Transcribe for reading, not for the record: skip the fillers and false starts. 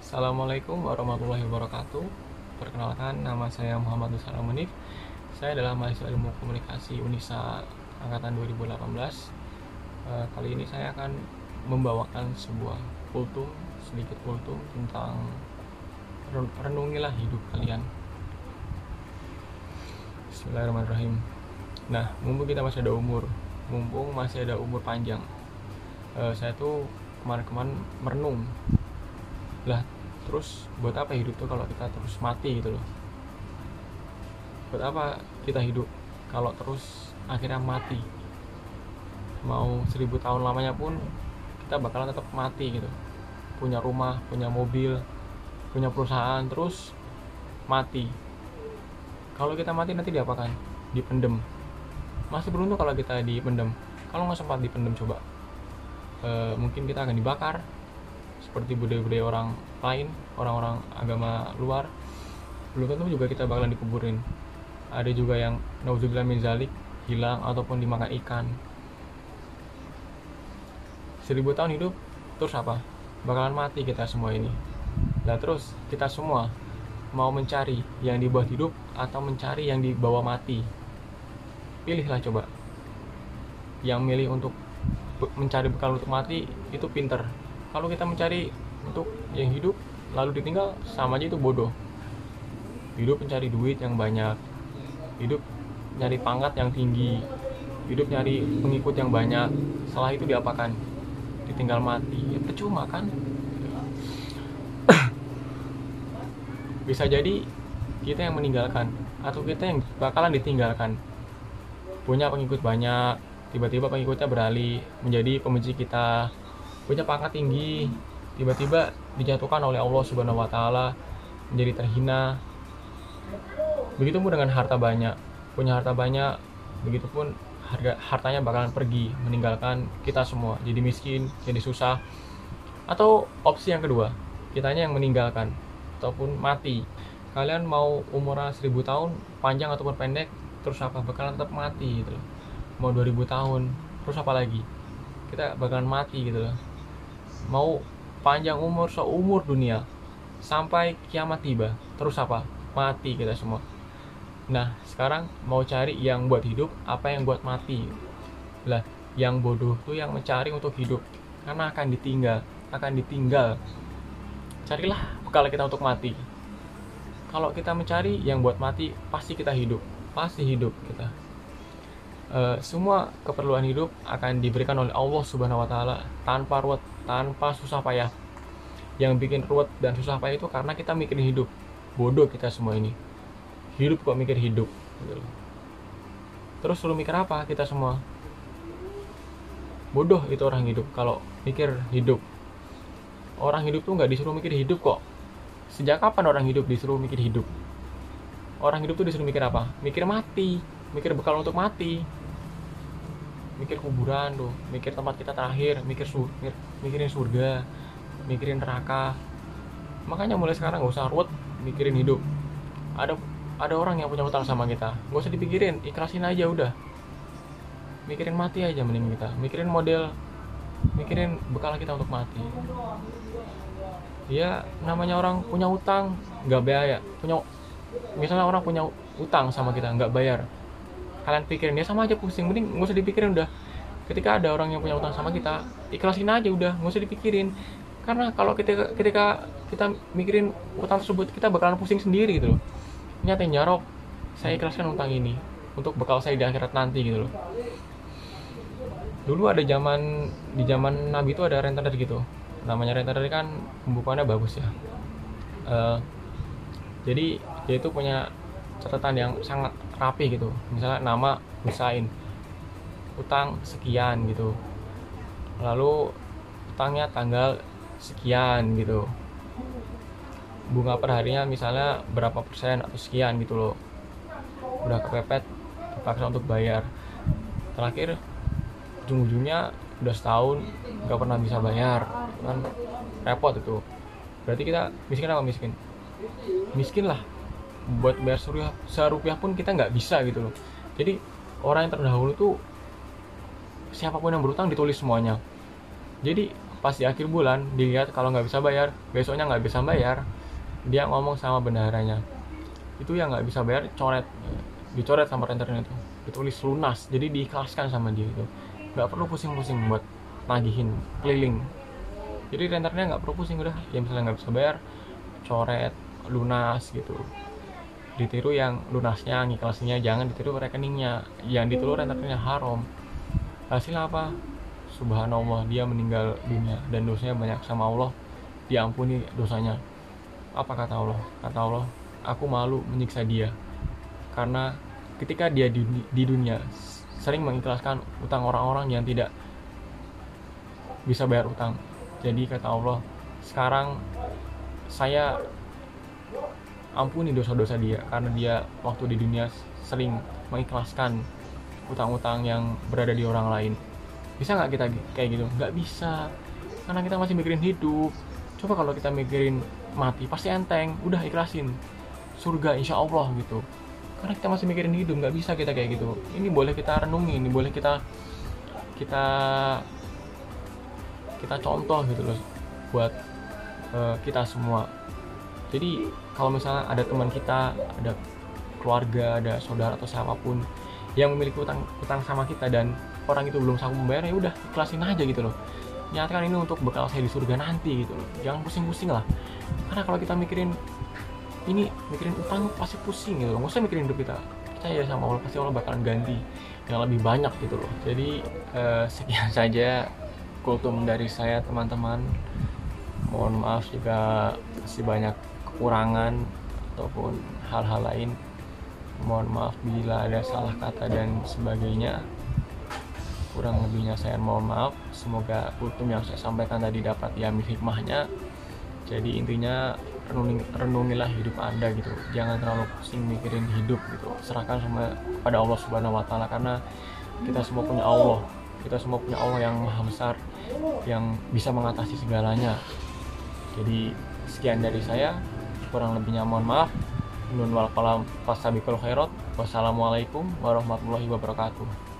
Assalamualaikum warahmatullahi wabarakatuh. Perkenalkan, nama saya Muhammad Nusara Munif. Saya adalah mahasiswa ilmu komunikasi Unisa angkatan 2018. Kali ini saya akan membawakan sebuah sedikit kultum tentang renungilah hidup kalian. Bismillahirrahmanirrahim. Nah, mumpung masih ada umur panjang, saya tuh kemarin-kemarin merenung lah, terus buat apa hidup tuh kalau kita terus mati gitu loh. Buat apa kita hidup kalau terus akhirnya mati? Mau 1000 tahun lamanya pun kita bakalan tetap mati gitu. Punya rumah, punya mobil, punya perusahaan, terus mati. Kalau kita mati nanti diapakan? Dipendem. Masih beruntung kalau kita dipendem. Kalau nggak sempat dipendem, coba mungkin kita akan dibakar seperti budaya-budaya orang lain, orang-orang agama luar. Belum tentu juga kita bakalan dikuburin. Ada juga yang nauzubillah min zalik, hilang ataupun dimakan ikan. 1000 tahun hidup, terus apa? Bakalan mati kita semua ini. Nah, terus kita semua mau mencari yang dibuat hidup atau mencari yang dibawa mati? Pilihlah coba. Yang milih untuk mencari bekal untuk mati itu pinter. Kalau kita mencari untuk yang hidup lalu ditinggal, sama aja itu bodoh. Hidup mencari duit yang banyak, hidup nyari pangkat yang tinggi, hidup nyari pengikut yang banyak. Setelah itu diapakan? Ditinggal mati. Ya percuma kan? Bisa jadi kita yang meninggalkan atau kita yang bakalan ditinggalkan. Punya pengikut banyak, tiba-tiba pengikutnya beralih menjadi pembenci kita. Punya pangkat tinggi, tiba-tiba dijatuhkan oleh Allah Subhanahu wa Ta'ala menjadi terhina. Begitupun dengan harta banyak, punya harta banyak, begitupun hartanya bakalan pergi meninggalkan kita semua, jadi miskin, jadi susah. Atau opsi yang kedua, kitanya yang meninggalkan ataupun mati. Kalian mau umurnya 1000 tahun panjang ataupun pendek, terus apa? Bakalan tetap mati gitu loh. Mau 2000 tahun, terus apa lagi? Kita bakalan mati gitu loh. Mau panjang umur seumur dunia sampai kiamat tiba, terus apa? Mati kita semua. Nah, sekarang mau cari yang buat hidup apa yang buat mati? Lah, yang bodoh tuh yang mencari untuk hidup, karena akan ditinggal. Carilah bekal kita untuk mati. Kalau kita mencari yang buat mati, pasti kita hidup, pasti hidup kita. Semua keperluan hidup akan diberikan oleh Allah Subhanahu wa Ta'ala tanpa ruwet, tanpa susah payah. Yang bikin ruwet dan susah payah itu karena kita mikirin hidup. Bodoh kita semua ini. Hidup kok mikir hidup gitu. Terus suruh mikir apa kita semua? Bodoh itu orang hidup kalau mikir hidup. Orang hidup tuh nggak disuruh mikir hidup kok. Sejak kapan orang hidup disuruh mikir hidup? Orang hidup tuh disuruh mikir apa? Mikir mati, mikir bekal untuk mati, mikir kuburan tuh, mikir tempat kita terakhir, mikirin surga, mikirin neraka. Makanya mulai sekarang gak usah ruwet mikirin hidup. Ada orang yang punya utang sama kita, gak usah dipikirin, ikhlasin aja udah. Mikirin mati aja mending kita, mikirin bekal kita untuk mati. Ya namanya orang punya utang nggak bayar, misalnya orang punya utang sama kita nggak bayar, kalian pikirin dia sama aja pusing, mending nggak usah dipikirin udah. Ketika ada orang yang punya utang sama kita, ikhlasin aja udah, nggak usah dipikirin. Karena kalau ketika kita mikirin utang tersebut, kita bakalan pusing sendiri gitu loh. Nyatain, ya Rob, saya ikhlaskan utang ini untuk bekal saya di akhirat nanti gitu loh. Dulu ada di zaman Nabi itu ada rentenir gitu, namanya rentenir kan pembukuannya bagus ya. Jadi dia itu punya catatan yang sangat rapi gitu. Misalnya nama Husain, utang sekian gitu. Lalu utangnya tanggal sekian gitu. Bunga per harinya misalnya berapa persen atau sekian gitu loh. Udah kepepet, terpaksa untuk bayar. Terakhir ujung-ujungnya udah setahun nggak pernah bisa bayar, kan repot itu. Berarti kita miskin apa miskin? Miskin lah, buat bayar serupiah pun kita nggak bisa gitu loh. Jadi orang yang terdahulu tuh siapapun yang berutang ditulis semuanya. Jadi pas di akhir bulan dilihat kalau nggak bisa bayar, besoknya nggak bisa bayar, dia ngomong sama bendaharanya, itu yang nggak bisa bayar dicoret sama rentenirnya itu, ditulis lunas, jadi diikhlaskan sama dia itu, nggak perlu pusing-pusing buat nagihin keliling. Jadi rentenirnya nggak perlu pusing, udah ya misalnya nggak bisa bayar, coret lunas gitu. Ditiru yang lunasnya, ngikhlasnya, jangan ditiru rekeningnya, yang ditiru rentenirnya, haram. Hasilnya apa? Subhanallah, dia meninggal dunia dan dosanya banyak sama Allah, diampuni dosanya. Apa kata Allah? Kata Allah, aku malu menyiksa dia karena ketika dia di dunia sering mengikhlaskan utang orang-orang yang tidak bisa bayar utang. Jadi kata Allah, sekarang saya ampuni dosa-dosa dia karena dia waktu di dunia sering mengikhlaskan utang-utang yang berada di orang lain. Bisa nggak kita kayak gitu? Nggak bisa, karena kita masih mikirin hidup. Coba kalau kita mikirin mati, pasti enteng, udah ikhlasin, surga insya Allah gitu. Karena kita masih mikirin hidup, nggak bisa kita kayak gitu. Ini boleh kita renungi, ini boleh kita contoh gitu loh buat kita semua. Jadi kalau misalnya ada teman kita, ada keluarga, ada saudara atau siapapun yang memiliki utang sama kita dan orang itu belum sanggup membayar, ya udah ikhlasin aja gitu loh. Nyatakan ini untuk bekal saya di surga nanti gitu loh. Jangan pusing-pusing lah. Karena kalau kita mikirin utang pasti pusing gitu loh. Nggak usah mikirin hidup kita. Percaya sama Allah, pasti Allah bakalan ganti yang lebih banyak gitu loh. Jadi sekian saja kultum dari saya teman-teman. Mohon maaf jika masih banyak kekurangan ataupun hal-hal lain. Mohon maaf bila ada salah kata dan sebagainya. Kurang lebihnya saya mohon maaf. Semoga kultum yang saya sampaikan tadi dapat diambil hikmahnya. Jadi intinya renungilah hidup Anda gitu. Jangan terlalu pusing mikirin hidup gitu. Serahkan semua pada Allah Subhanahu wa taala, karena kita semua punya Allah. Kita semua punya Allah yang Maha Besar, yang bisa mengatasi segalanya. Jadi sekian dari saya. Kurang lebihnya mohon maaf. Nun wal qalam fastabiqul khairat. Wassalamualaikum warahmatullahi wabarakatuh.